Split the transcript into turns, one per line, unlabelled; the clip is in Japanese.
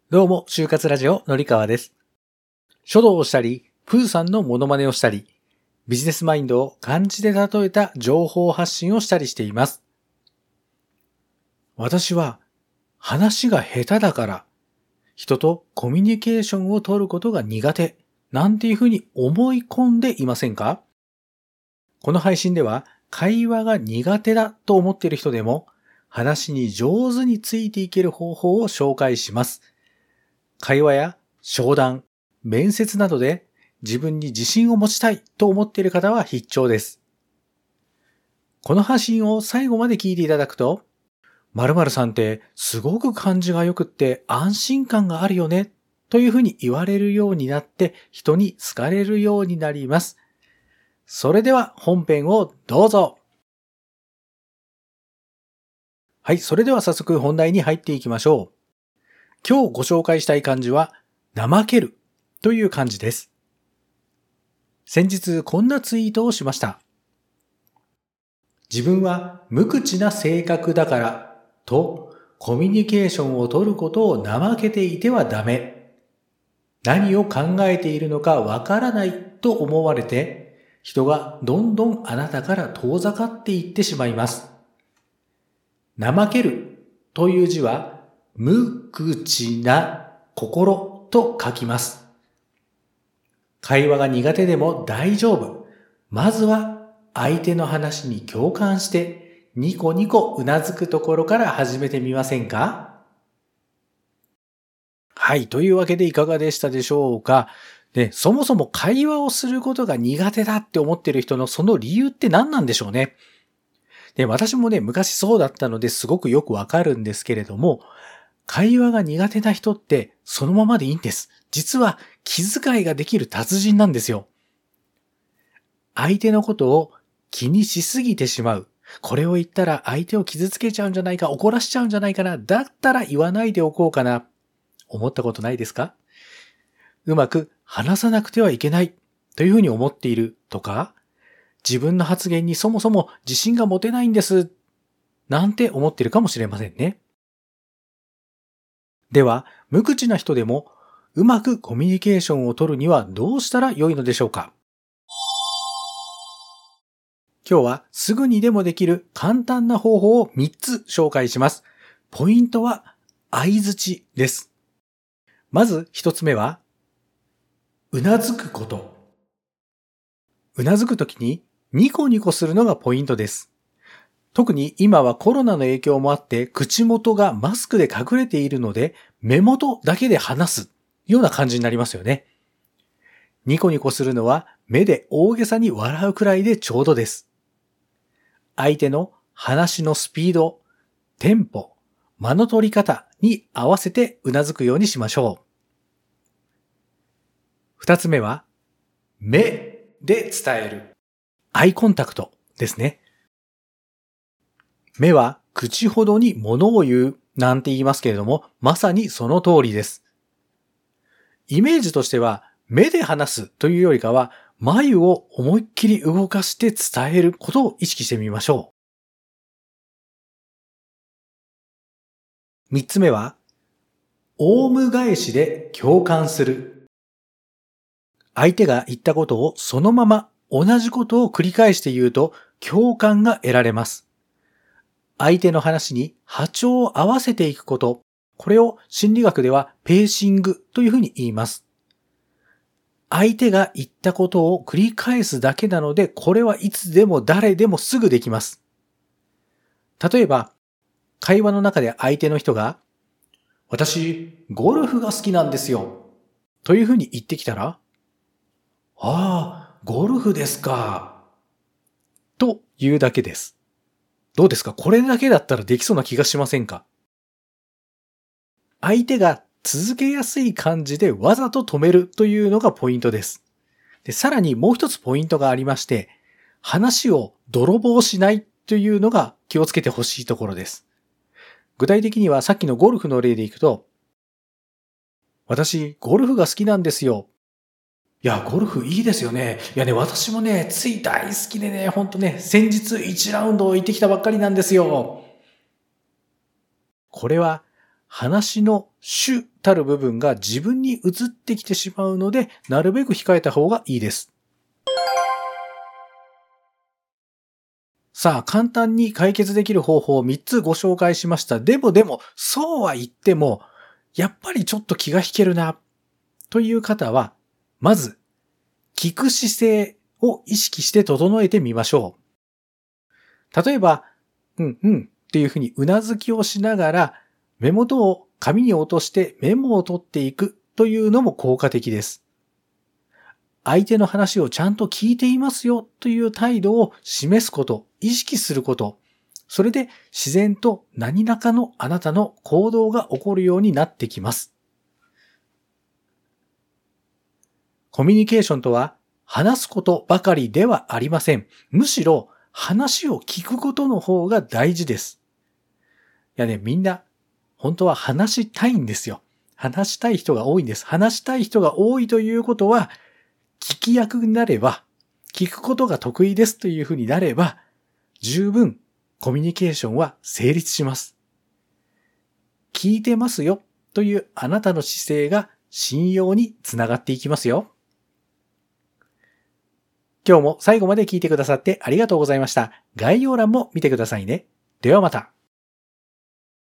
どうも、就活ラジオのりかわです。書道をしたり、プーさんのモノマネをしたり、ビジネスマインドを漢字で例えた情報発信をしたりしています。私は話が下手だから、人とコミュニケーションを取ることが苦手、なんていうふうに思い込んでいませんか？この配信では、会話が苦手だと思っている人でも、話に上手についていける方法を紹介します。会話や商談、面接などで自分に自信を持ちたいと思っている方は必聴です。この発信を最後まで聞いていただくと、〇〇さんってすごく感じが良くって安心感があるよねというふうに言われるようになって人に好かれるようになります。それでは本編をどうぞ。はい、それでは早速本題に入っていきましょう。今日ご紹介したい漢字は、怠けるという漢字です。先日こんなツイートをしました。自分は無口な性格だからとコミュニケーションを取ることを怠けていてはダメ。何を考えているのかわからないと思われて、人がどんどんあなたから遠ざかっていってしまいます。怠けるという字は、無口な心と書きます。会話が苦手でも大丈夫。まずは相手の話に共感してニコニコうなずくところから始めてみませんか？はい、というわけでいかがでしたでしょうか？で、そもそも会話をすることが苦手だって思っている人のその理由って何なんでしょうね？で、私もね、昔そうだったのですごくよくわかるんですけれども、会話が苦手な人ってそのままでいいんです。実は気遣いができる達人なんですよ。相手のことを気にしすぎてしまう。これを言ったら相手を傷つけちゃうんじゃないか、怒らしちゃうんじゃないかな。だったら言わないでおこうかな。思ったことないですか？うまく話さなくてはいけないというふうに思っているとか、自分の発言にそもそも自信が持てないんです。なんて思っているかもしれませんね。では、無口な人でもうまくコミュニケーションを取るにはどうしたら良いのでしょうか？今日はすぐにでもできる簡単な方法を3つ紹介します。ポイントは相槌です。まず1つ目は、うなずくこと。うなずくときにニコニコするのがポイントです。特に今はコロナの影響もあって口元がマスクで隠れているので目元だけで話すような感じになりますよね。ニコニコするのは目で大げさに笑うくらいでちょうどです。相手の話のスピード、テンポ、間の取り方に合わせてうなずくようにしましょう。二つ目は、目で伝える。アイコンタクトですね。目は口ほどに物を言うなんて言いますけれども、まさにその通りです。イメージとしては、目で話すというよりかは、眉を思いっきり動かして伝えることを意識してみましょう。三つ目は、オウム返しで共感する。相手が言ったことをそのまま同じことを繰り返して言うと共感が得られます。相手の話に波長を合わせていくこと、これを心理学ではペーシングというふうに言います。相手が言ったことを繰り返すだけなので、これはいつでも誰でもすぐできます。例えば、会話の中で相手の人が、私、ゴルフが好きなんですよ。というふうに言ってきたら、ああ、ゴルフですか。と言うだけです。どうですか？これだけだったらできそうな気がしませんか？相手が続けやすい感じでわざと止めるというのがポイントです。で、さらにもう一つポイントがありまして、話を泥棒しないというのが気をつけてほしいところです。具体的にはさっきのゴルフの例でいくと、私、ゴルフが好きなんですよ。いや、ゴルフいいですよね。いやね、私もね、つい大好きでね、ほんとね、先日1ラウンド行ってきたばっかりなんですよ。これは、 話の主たる部分が自分に移ってきてしまうので、なるべく控えた方がいいです。さあ、簡単に解決できる方法を3つご紹介しました。でも、そうは言っても、やっぱりちょっと気が引けるな、という方は、まず、聞く姿勢を意識して整えてみましょう。例えば、っていうふうにうなずきをしながら、目元を紙に落としてメモを取っていくというのも効果的です。相手の話をちゃんと聞いていますよという態度を示すこと、意識すること、それで自然と何らかのあなたの行動が起こるようになってきます。コミュニケーションとは話すことばかりではありません。むしろ話を聞くことの方が大事です。いやね、みんな本当は話したいんですよ。話したい人が多いんです。話したい人が多いということは、聞き役になれば、聞くことが得意ですというふうになれば、十分コミュニケーションは成立します。聞いてますよというあなたの姿勢が信用につながっていきますよ。今日も最後まで聞いてくださってありがとうございました。概要欄も見てくださいね。ではまた。